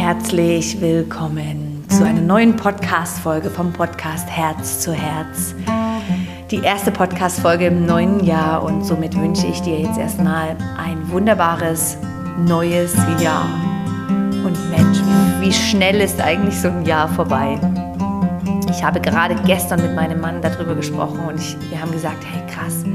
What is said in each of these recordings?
Herzlich willkommen zu einer neuen Podcast-Folge vom Podcast Herz zu Herz. Die erste Podcast-Folge im neuen Jahr und somit wünsche ich dir jetzt erstmal ein wunderbares neues Jahr. Und Mensch, wie schnell ist eigentlich so ein Jahr vorbei? Ich habe gerade gestern mit meinem Mann darüber gesprochen und wir haben gesagt, hey krass,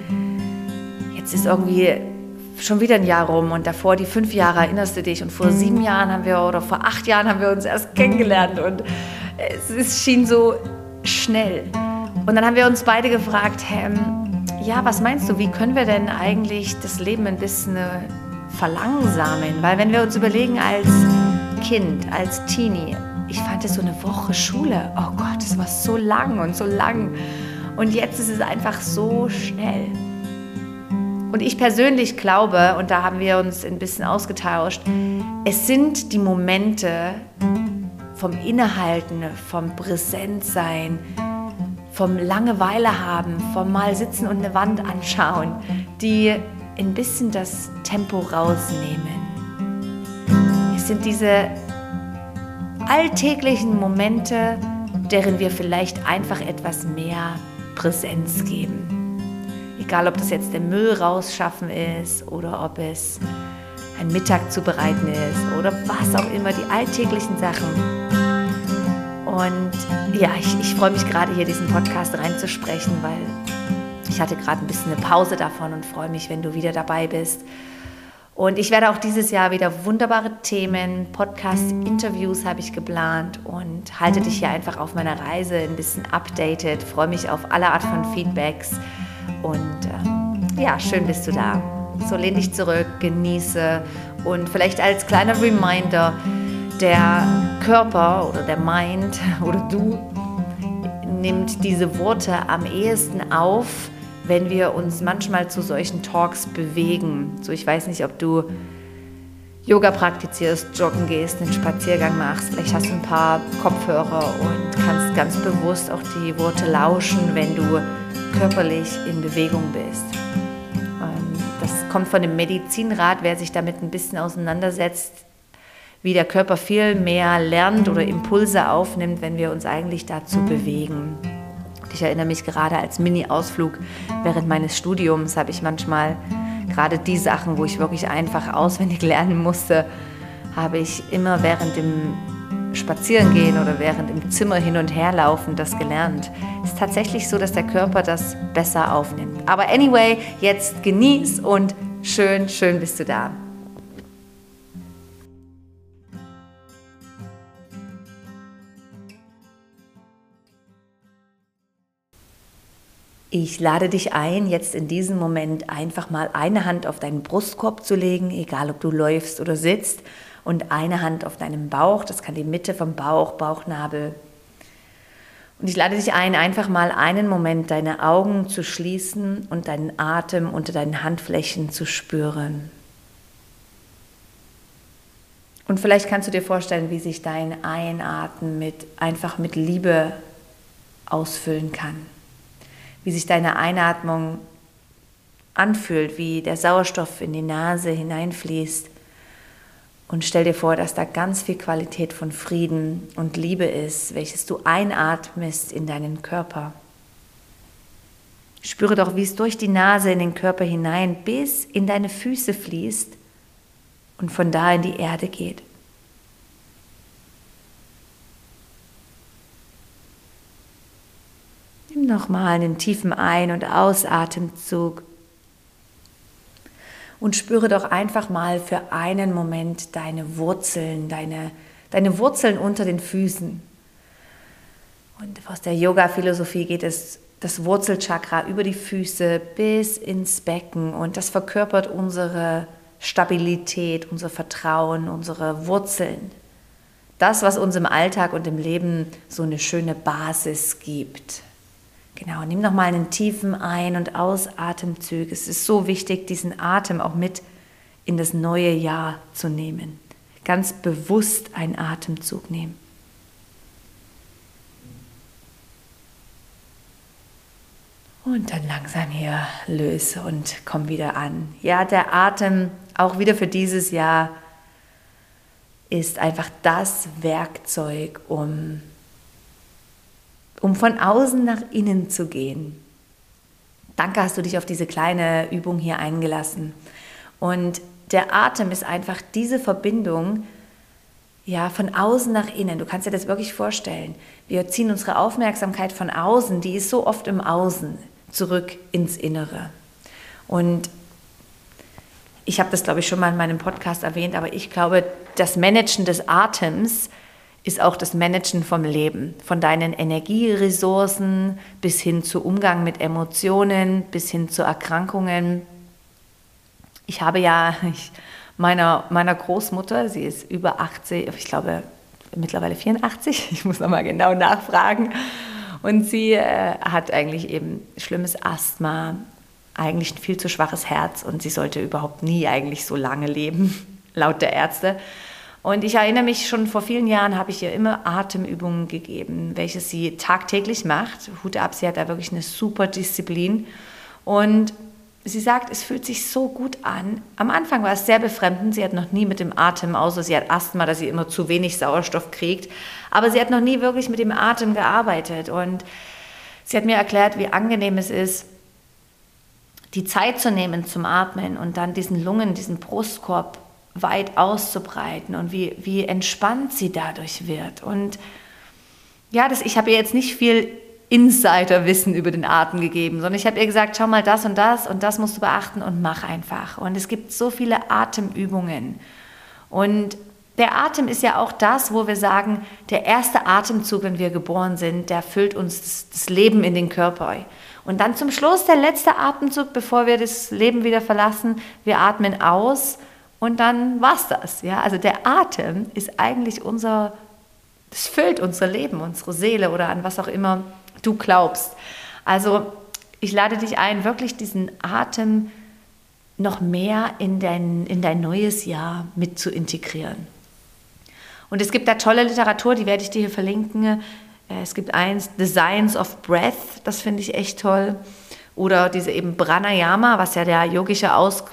jetzt ist irgendwie schon wieder ein Jahr rum und davor die 5 Jahre, erinnerst du dich? Und vor 7 Jahren vor 8 Jahren haben wir uns erst kennengelernt und es schien so schnell. Und dann haben wir uns beide gefragt, was meinst du, wie können wir denn eigentlich das Leben ein bisschen verlangsamen? Weil wenn wir uns überlegen als Kind, als Teenie, ich fand es so eine Woche Schule, oh Gott, es war so lang. Und jetzt ist es einfach so schnell. Und ich persönlich glaube, und da haben wir uns ein bisschen ausgetauscht, es sind die Momente vom Innehalten, vom Präsentsein, vom Langeweile haben, vom mal sitzen und eine Wand anschauen, die ein bisschen das Tempo rausnehmen. Es sind diese alltäglichen Momente, deren wir vielleicht einfach etwas mehr Präsenz geben. Egal, ob das jetzt der Müll rausschaffen ist oder ob es ein Mittag zubereiten ist oder was auch immer, die alltäglichen Sachen. Und ja, ich freue mich gerade hier diesen Podcast reinzusprechen, weil ich hatte gerade ein bisschen eine Pause davon und freue mich, wenn du wieder dabei bist. Und ich werde auch dieses Jahr wieder wunderbare Themen, Podcast-Interviews habe ich geplant und halte dich hier einfach auf meiner Reise ein bisschen updated, freue mich auf alle Art von Feedbacks. Und schön bist du da. So lehn dich zurück, genieße und vielleicht als kleiner Reminder, der Körper oder der Mind oder du nimmt diese Worte am ehesten auf, wenn wir uns manchmal zu solchen Talks bewegen. So, ich weiß nicht, ob du Yoga praktizierst, joggen gehst, einen Spaziergang machst, vielleicht hast du ein paar Kopfhörer und kannst ganz bewusst auch die Worte lauschen, wenn du körperlich in Bewegung bist. Das kommt von dem Medizinrat, wer sich damit ein bisschen auseinandersetzt, wie der Körper viel mehr lernt oder Impulse aufnimmt, wenn wir uns eigentlich dazu bewegen. Ich erinnere mich gerade als Mini-Ausflug während meines Studiums habe ich manchmal gerade die Sachen, wo ich wirklich einfach auswendig lernen musste, habe ich immer während dem Spazierengehen oder während im Zimmer hin und her laufen das gelernt. Es ist tatsächlich so, dass der Körper das besser aufnimmt. Aber anyway, jetzt genieß und schön bist du da. Ich lade dich ein, jetzt in diesem Moment einfach mal eine Hand auf deinen Brustkorb zu legen, egal ob du läufst oder sitzt, und eine Hand auf deinem Bauch, das kann die Mitte vom Bauch, Bauchnabel. Und ich lade dich ein, einfach mal einen Moment deine Augen zu schließen und deinen Atem unter deinen Handflächen zu spüren. Und vielleicht kannst du dir vorstellen, wie sich dein Einatmen einfach mit Liebe ausfüllen kann. Wie sich deine Einatmung anfühlt, wie der Sauerstoff in die Nase hineinfließt. Und stell dir vor, dass da ganz viel Qualität von Frieden und Liebe ist, welches du einatmest in deinen Körper. Spüre doch, wie es durch die Nase in den Körper hinein bis in deine Füße fließt und von da in die Erde geht. Nimm nochmal einen tiefen Ein- und Ausatemzug. Und spüre doch einfach mal für einen Moment deine Wurzeln, deine Wurzeln unter den Füßen. Und aus der Yoga-Philosophie geht es das Wurzelchakra über die Füße bis ins Becken. Und das verkörpert unsere Stabilität, unser Vertrauen, unsere Wurzeln. Das, was uns im Alltag und im Leben so eine schöne Basis gibt. Genau, nimm nochmal einen tiefen Ein- und Ausatemzug. Es ist so wichtig, diesen Atem auch mit in das neue Jahr zu nehmen. Ganz bewusst einen Atemzug nehmen. Und dann langsam hier löse und komm wieder an. Ja, der Atem auch wieder für dieses Jahr ist einfach das Werkzeug, um von außen nach innen zu gehen. Danke, hast du dich auf diese kleine Übung hier eingelassen. Und der Atem ist einfach diese Verbindung, ja, von außen nach innen. Du kannst dir das wirklich vorstellen. Wir ziehen unsere Aufmerksamkeit von außen, die ist so oft im Außen, zurück ins Innere. Und ich habe das, glaube ich, schon mal in meinem Podcast erwähnt, aber ich glaube, das Managen des Atems ist auch das Managen vom Leben, von deinen Energieressourcen bis hin zu Umgang mit Emotionen, bis hin zu Erkrankungen. Ich habe ja meiner Großmutter, sie ist über 80, ich glaube mittlerweile 84, ich muss nochmal genau nachfragen, und sie hat eigentlich eben schlimmes Asthma, eigentlich ein viel zu schwaches Herz und sie sollte überhaupt nie eigentlich so lange leben, laut der Ärzte. Und ich erinnere mich, schon vor vielen Jahren habe ich ihr immer Atemübungen gegeben, welche sie tagtäglich macht. Hut ab, sie hat da wirklich eine super Disziplin. Und sie sagt, es fühlt sich so gut an. Am Anfang war es sehr befremdend. Sie hat noch nie mit dem Atem, außer sie hat Asthma, dass sie immer zu wenig Sauerstoff kriegt. Aber sie hat noch nie wirklich mit dem Atem gearbeitet. Und sie hat mir erklärt, wie angenehm es ist, die Zeit zu nehmen zum Atmen und dann diesen Lungen, diesen Brustkorb weit auszubreiten und wie entspannt sie dadurch wird. Und ja, ich habe ihr jetzt nicht viel Insiderwissen über den Atem gegeben, sondern ich habe ihr gesagt, schau mal, das und das musst du beachten und mach einfach. Und es gibt so viele Atemübungen. Und der Atem ist ja auch das, wo wir sagen, der erste Atemzug, wenn wir geboren sind, der füllt uns das Leben in den Körper. Und dann zum Schluss der letzte Atemzug, bevor wir das Leben wieder verlassen, wir atmen aus. Und dann war's das. Ja? Also der Atem ist eigentlich das füllt unser Leben, unsere Seele oder an was auch immer du glaubst. Also ich lade dich ein, wirklich diesen Atem noch mehr in dein neues Jahr mit zu integrieren. Und es gibt da tolle Literatur, die werde ich dir hier verlinken. Es gibt eins, The Science of Breath, das finde ich echt toll. Oder diese eben Pranayama, was ja der yogische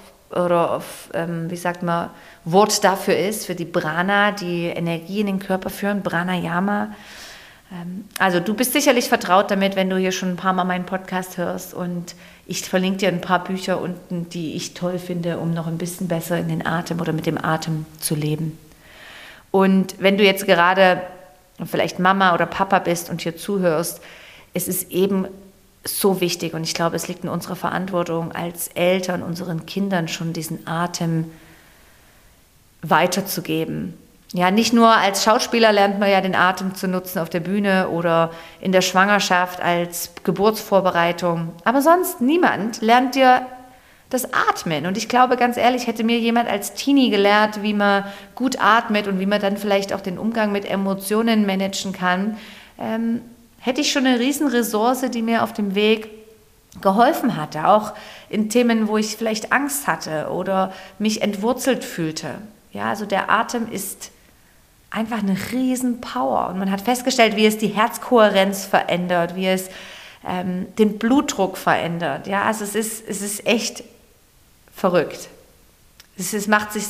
Wort dafür ist, für die Prana, die Energie in den Körper führen, Pranayama. Also du bist sicherlich vertraut damit, wenn du hier schon ein paar Mal meinen Podcast hörst, und ich verlinke dir ein paar Bücher unten, die ich toll finde, um noch ein bisschen besser in den Atem oder mit dem Atem zu leben. Und wenn du jetzt gerade vielleicht Mama oder Papa bist und hier zuhörst, es ist eben so wichtig, und ich glaube, es liegt in unserer Verantwortung als Eltern, unseren Kindern schon diesen Atem weiterzugeben. Ja, nicht nur als Schauspieler lernt man ja den Atem zu nutzen auf der Bühne oder in der Schwangerschaft als Geburtsvorbereitung, aber sonst niemand lernt dir das Atmen. Und ich glaube, ganz ehrlich, hätte mir jemand als Teenie gelehrt, wie man gut atmet und wie man dann vielleicht auch den Umgang mit Emotionen managen kann, hätte ich schon eine riesen Ressource, die mir auf dem Weg geholfen hatte, auch in Themen, wo ich vielleicht Angst hatte oder mich entwurzelt fühlte. Ja, also der Atem ist einfach eine riesen Power, und man hat festgestellt, wie es die Herzkohärenz verändert, wie es den Blutdruck verändert. Ja, also es ist echt verrückt. It's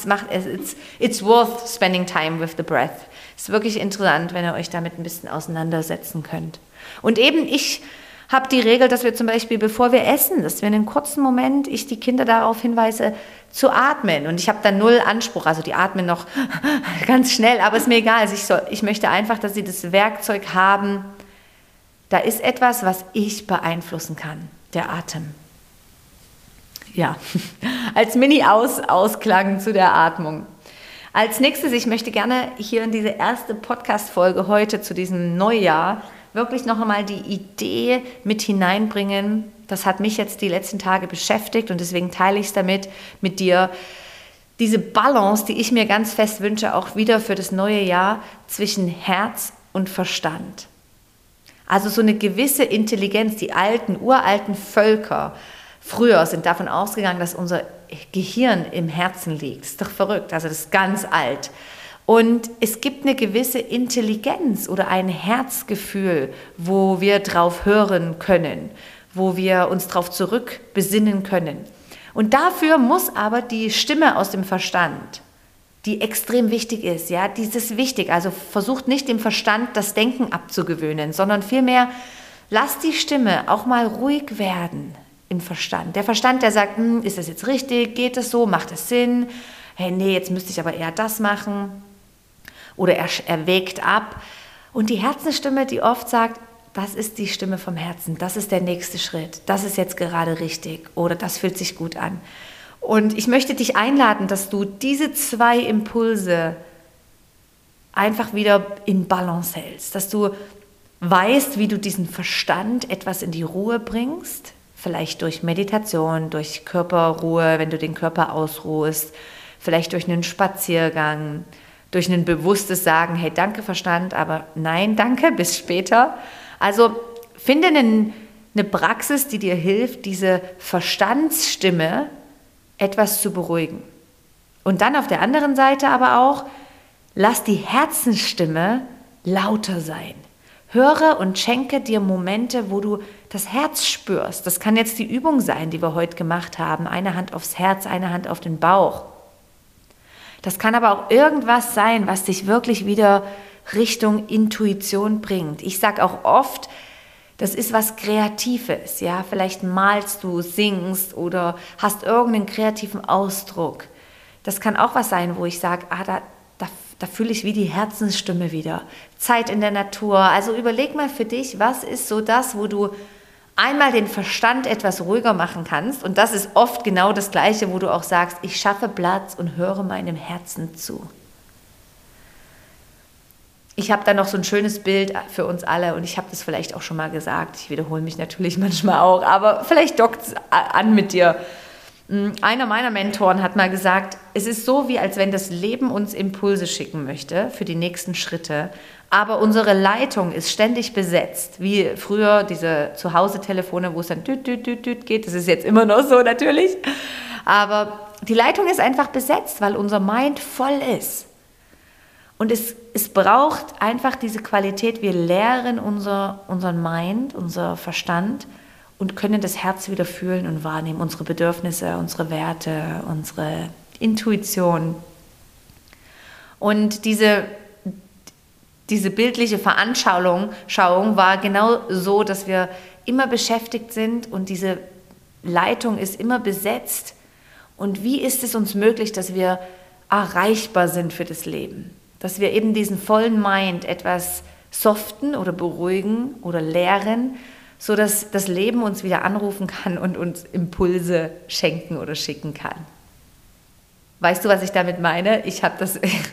worth spending time with the breath. Es ist wirklich interessant, wenn ihr euch damit ein bisschen auseinandersetzen könnt. Und eben, ich habe die Regel, dass wir zum Beispiel, bevor wir essen, dass wir in einem kurzen Moment, ich die Kinder darauf hinweise, zu atmen. Und ich habe da null Anspruch, also die atmen noch ganz schnell, aber ist mir egal. Also ich möchte einfach, dass sie das Werkzeug haben, da ist etwas, was ich beeinflussen kann, der Atem. Ja, als Mini-Ausklang zu der Atmung. Als nächstes, ich möchte gerne hier in diese erste Podcast-Folge heute zu diesem Neujahr wirklich noch einmal die Idee mit hineinbringen. Das hat mich jetzt die letzten Tage beschäftigt, und deswegen teile ich es mit dir. Diese Balance, die ich mir ganz fest wünsche, auch wieder für das neue Jahr, zwischen Herz und Verstand. Also so eine gewisse Intelligenz. Die uralten Völker früher sind davon ausgegangen, dass unser Gehirn im Herzen liegt. Das ist doch verrückt, also das ist ganz alt. Und es gibt eine gewisse Intelligenz oder ein Herzgefühl, wo wir drauf hören können, wo wir uns drauf zurückbesinnen können. Und dafür muss aber die Stimme aus dem Verstand die extrem wichtig ist. Ja, dies ist wichtig. Also versucht nicht dem Verstand das Denken abzugewöhnen, sondern vielmehr lasst die Stimme auch mal ruhig werden im Verstand. Der Verstand, der sagt, ist das jetzt richtig? Geht das so? Macht das Sinn? Hey, nee, jetzt müsste ich aber eher das machen. Oder er wägt ab. Und die Herzensstimme, die oft sagt, das ist die Stimme vom Herzen, das ist der nächste Schritt, das ist jetzt gerade richtig oder das fühlt sich gut an. Und ich möchte dich einladen, dass du diese 2 Impulse einfach wieder in Balance hältst, dass du weißt, wie du diesen Verstand etwas in die Ruhe bringst, vielleicht durch Meditation, durch Körperruhe, wenn du den Körper ausruhst, vielleicht durch einen Spaziergang, durch ein bewusstes Sagen, hey, danke Verstand, aber nein, danke, bis später. Also finde eine Praxis, die dir hilft, diese Verstandsstimme etwas zu beruhigen. Und dann auf der anderen Seite aber auch, lass die Herzensstimme lauter sein. Höre und schenke dir Momente, wo du das Herz spürst. Das kann jetzt die Übung sein, die wir heute gemacht haben. Eine Hand aufs Herz, eine Hand auf den Bauch. Das kann aber auch irgendwas sein, was dich wirklich wieder Richtung Intuition bringt. Ich sage auch oft, das ist was Kreatives. Ja? Vielleicht malst du, singst oder hast irgendeinen kreativen Ausdruck. Das kann auch was sein, wo ich sage, da fühle ich wie die Herzensstimme wieder. Zeit in der Natur. Also überleg mal für dich, was ist so das, wo du einmal den Verstand etwas ruhiger machen kannst. Und das ist oft genau das Gleiche, wo du auch sagst, ich schaffe Platz und höre meinem Herzen zu. Ich habe da noch so ein schönes Bild für uns alle und ich habe das vielleicht auch schon mal gesagt. Ich wiederhole mich natürlich manchmal auch, aber vielleicht dockt es an mit dir. Einer meiner Mentoren hat mal gesagt, es ist so, wie als wenn das Leben uns Impulse schicken möchte für die nächsten Schritte, aber unsere Leitung ist ständig besetzt, wie früher diese Zuhause-Telefone, wo es dann düt, düt, düt, düt geht. Das ist jetzt immer noch so natürlich, aber die Leitung ist einfach besetzt, weil unser Mind voll ist. Und es braucht einfach diese Qualität, wir leeren unseren Mind, unser Verstand und können das Herz wieder fühlen und wahrnehmen, unsere Bedürfnisse, unsere Werte, unsere Intuition. Und diese bildliche Veranschauung war genau so, dass wir immer beschäftigt sind und diese Leitung ist immer besetzt. Und wie ist es uns möglich, dass wir erreichbar sind für das Leben? Dass wir eben diesen vollen Mind etwas soften oder beruhigen oder leeren, sodass das Leben uns wieder anrufen kann und uns Impulse schenken oder schicken kann. Weißt du, was ich damit meine? Ich habe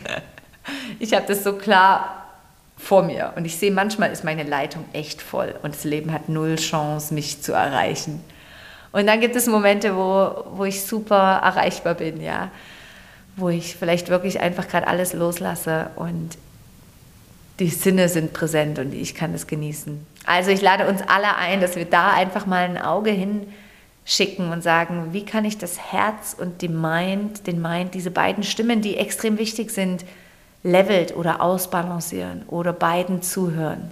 das so klar vor mir und ich sehe, manchmal ist meine Leitung echt voll und das Leben hat 0 Chance, mich zu erreichen. Und dann gibt es Momente, wo ich super erreichbar bin, ja, wo ich vielleicht wirklich einfach gerade alles loslasse und die Sinne sind präsent und ich kann es genießen. Also ich lade uns alle ein, dass wir da einfach mal ein Auge hinschicken und sagen, wie kann ich das Herz und den Mind, diese beiden Stimmen, die extrem wichtig sind, levelt oder ausbalancieren oder beiden zuhören.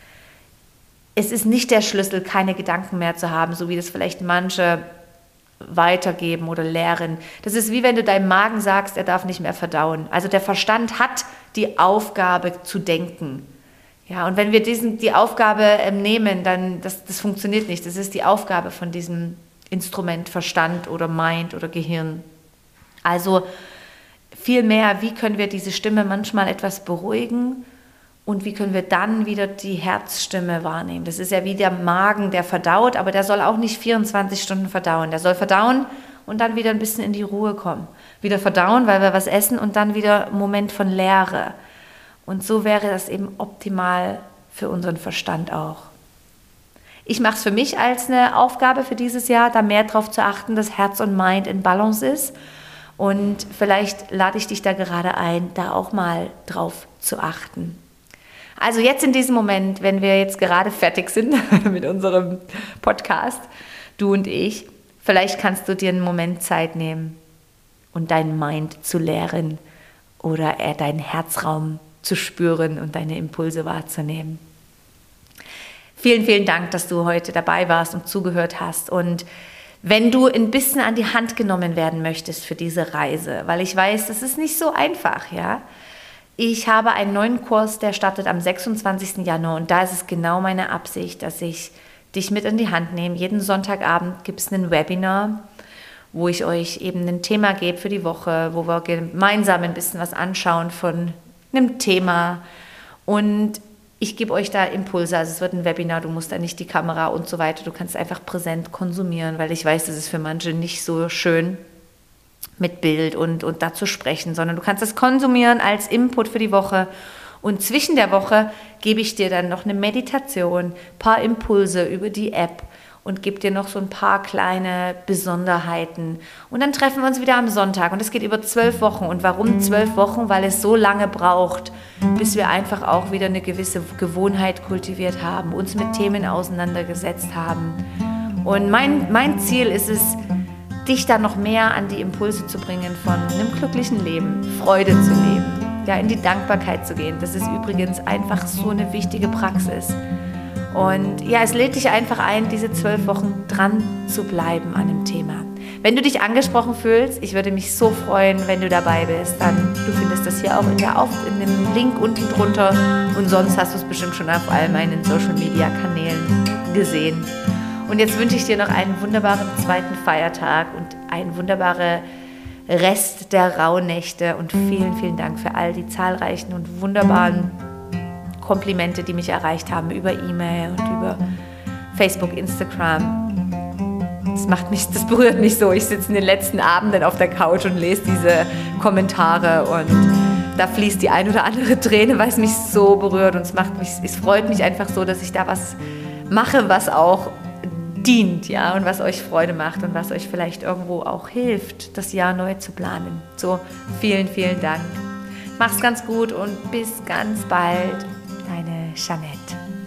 Es ist nicht der Schlüssel, keine Gedanken mehr zu haben, so wie das vielleicht manche weitergeben oder lehren. Das ist wie wenn du deinem Magen sagst, er darf nicht mehr verdauen. Also der Verstand hat die Aufgabe zu denken. Ja, und wenn wir die Aufgabe nehmen, dann das funktioniert nicht. Das ist die Aufgabe von diesem Instrument Verstand oder Mind oder Gehirn. Also vielmehr, wie können wir diese Stimme manchmal etwas beruhigen und wie können wir dann wieder die Herzstimme wahrnehmen. Das ist ja wie der Magen, der verdaut, aber der soll auch nicht 24 Stunden verdauen. Der soll verdauen und dann wieder ein bisschen in die Ruhe kommen. Wieder verdauen, weil wir was essen und dann wieder ein Moment von Leere. Und so wäre das eben optimal für unseren Verstand auch. Ich mache es für mich als eine Aufgabe für dieses Jahr, da mehr darauf zu achten, dass Herz und Mind in Balance ist. Und vielleicht lade ich dich da gerade ein, da auch mal drauf zu achten. Also jetzt in diesem Moment, wenn wir jetzt gerade fertig sind mit unserem Podcast, du und ich, vielleicht kannst du dir einen Moment Zeit nehmen und deinen Mind zu leeren oder deinen Herzraum zu spüren und deine Impulse wahrzunehmen. Vielen, vielen Dank, dass du heute dabei warst und zugehört hast. Und wenn du ein bisschen an die Hand genommen werden möchtest für diese Reise, weil ich weiß, das ist nicht so einfach, ja. Ich habe einen neuen Kurs, der startet am 26. Januar und da ist es genau meine Absicht, dass ich dich mit in die Hand nehme. Jeden Sonntagabend gibt es ein Webinar, wo ich euch eben ein Thema gebe für die Woche, wo wir gemeinsam ein bisschen was anschauen von einem Thema und ich gebe euch da Impulse, also es wird ein Webinar, du musst da nicht die Kamera und so weiter, du kannst einfach präsent konsumieren, weil ich weiß, das ist für manche nicht so schön mit Bild und da zu sprechen, sondern du kannst das konsumieren als Input für die Woche und zwischen der Woche gebe ich dir dann noch eine Meditation, ein paar Impulse über die App und gebe dir noch so ein paar kleine Besonderheiten. Und dann treffen wir uns wieder am Sonntag. Und es geht über 12 Wochen. Und warum 12 Wochen? Weil es so lange braucht, bis wir einfach auch wieder eine gewisse Gewohnheit kultiviert haben, uns mit Themen auseinandergesetzt haben. Und mein Ziel ist es, dich da noch mehr an die Impulse zu bringen von einem glücklichen Leben, Freude zu leben, ja, in die Dankbarkeit zu gehen. Das ist übrigens einfach so eine wichtige Praxis. Und ja, es lädt dich einfach ein, diese 12 Wochen dran zu bleiben an dem Thema. Wenn du dich angesprochen fühlst, ich würde mich so freuen, wenn du dabei bist, dann du findest das hier auch in dem Link unten drunter und sonst hast du es bestimmt schon auf all meinen Social Media Kanälen gesehen. Und jetzt wünsche ich dir noch einen wunderbaren zweiten Feiertag und einen wunderbaren Rest der Rauhnächte und vielen, vielen Dank für all die zahlreichen und wunderbaren Komplimente, die mich erreicht haben über E-Mail und über Facebook, Instagram. Das berührt mich so. Ich sitze in den letzten Abenden auf der Couch und lese diese Kommentare und da fließt die ein oder andere Träne, weil es mich so berührt und es freut mich einfach so, dass ich da was mache, was auch dient, ja, und was euch Freude macht und was euch vielleicht irgendwo auch hilft, das Jahr neu zu planen. So, vielen, vielen Dank. Mach's ganz gut und bis ganz bald. Deine Jeanette.